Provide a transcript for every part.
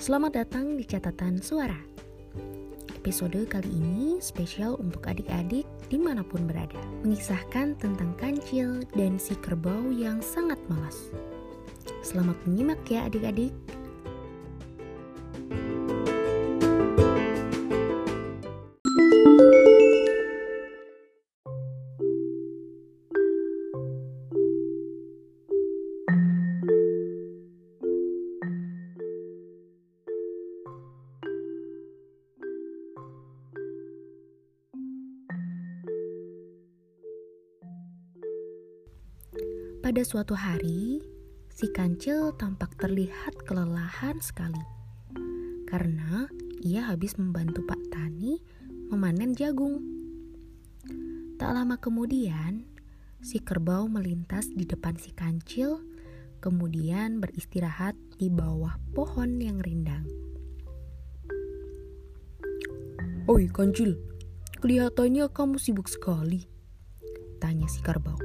Selamat datang di Catatan Suara. Episode kali ini spesial untuk adik-adik dimanapun berada, mengisahkan tentang kancil dan si kerbau yang sangat malas. Selamat menyimak ya adik-adik. Pada suatu hari, si kancil tampak terlihat kelelahan sekali karena ia habis membantu Pak Tani memanen jagung. Tak lama kemudian, si kerbau melintas di depan si kancil, kemudian beristirahat di bawah pohon yang rindang. "Oi kancil, kelihatannya kamu sibuk sekali," tanya si kerbau.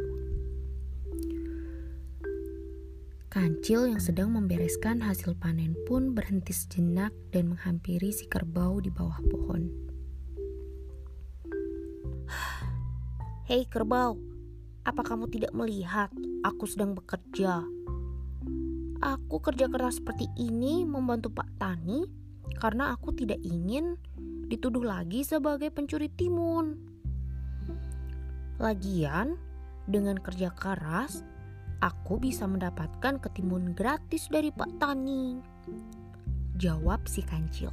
Kancil yang sedang membereskan hasil panen pun berhenti sejenak dan menghampiri si kerbau di bawah pohon. Hei kerbau, apa kamu tidak melihat aku sedang bekerja? Aku kerja keras seperti ini membantu Pak Tani karena aku tidak ingin dituduh lagi sebagai pencuri timun. Lagian, dengan kerja keras, aku bisa mendapatkan ketimun gratis dari Pak Tani, jawab si kancil.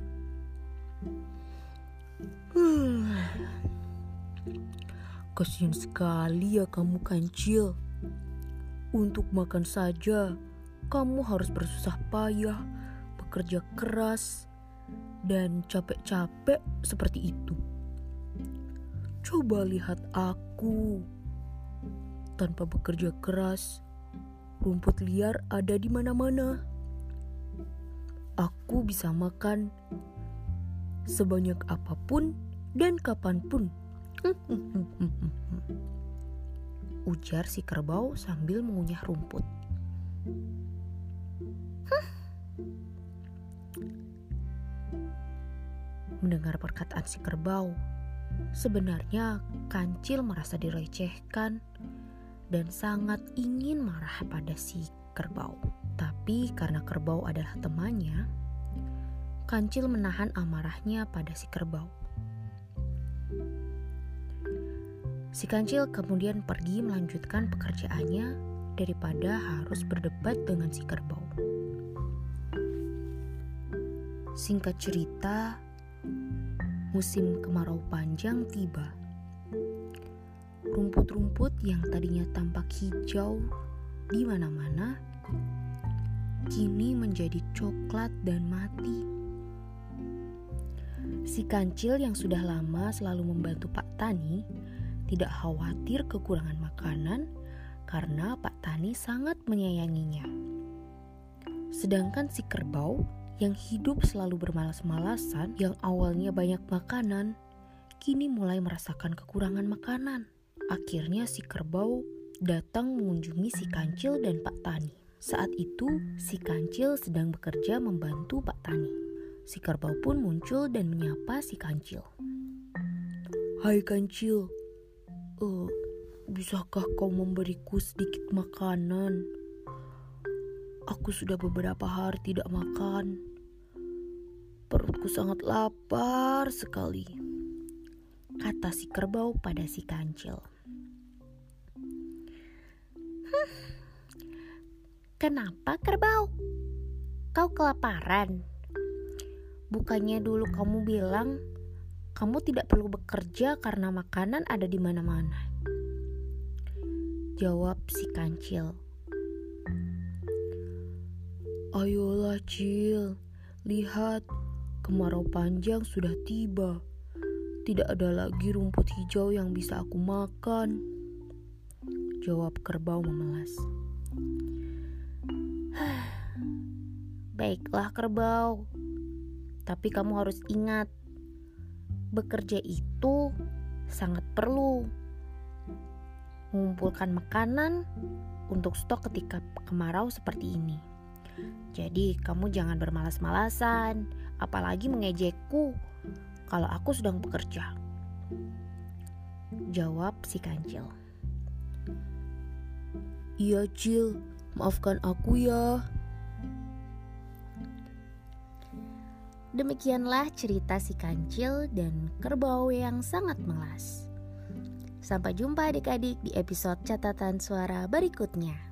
Kasihan sekali ya kamu kancil. Untuk makan saja, kamu harus bersusah payah, bekerja keras, dan capek-capek seperti itu. Coba lihat aku. Tanpa bekerja keras, rumput liar ada di mana-mana. Aku bisa makan sebanyak apapun dan kapanpun. Ujar si kerbau sambil mengunyah rumput. Mendengar perkataan si kerbau, sebenarnya kancil merasa direcehkan dan sangat ingin marah pada si kerbau. Tapi karena kerbau adalah temannya, kancil menahan amarahnya pada si kerbau. Si kancil kemudian pergi melanjutkan pekerjaannya daripada harus berdebat dengan si kerbau. Singkat cerita, musim kemarau panjang tiba. Rumput-rumput yang tadinya tampak hijau di mana-mana kini menjadi coklat dan mati. Si kancil yang sudah lama selalu membantu Pak Tani tidak khawatir kekurangan makanan karena Pak Tani sangat menyayanginya. Sedangkan si kerbau yang hidup selalu bermalas-malasan, yang awalnya banyak makanan, kini mulai merasakan kekurangan makanan. Akhirnya si kerbau datang mengunjungi si kancil dan Pak Tani. Saat itu si kancil sedang bekerja membantu Pak Tani. Si kerbau pun muncul dan menyapa si kancil. "Hai kancil, bisakah kau memberiku sedikit makanan? Aku sudah beberapa hari tidak makan. Perutku sangat lapar sekali," kata si kerbau pada si kancil. Kenapa kerbau? Kau kelaparan? Bukannya dulu kamu bilang kamu tidak perlu bekerja karena makanan ada di mana-mana, jawab si kancil. "Ayolah Cil, lihat, kemarau panjang sudah tiba. Tidak ada lagi rumput hijau yang bisa aku makan," jawab kerbau memelas. Baiklah kerbau, tapi kamu harus ingat, bekerja itu sangat perlu. Mengumpulkan makanan untuk stok ketika kemarau seperti ini. Jadi kamu jangan bermalas-malasan, apalagi mengejekku kalau aku sedang bekerja. Jawab si kancil. Iya Cil, maafkan aku ya. Demikianlah cerita si kancil dan kerbau yang sangat malas. Sampai jumpa adik-adik di episode catatan suara berikutnya.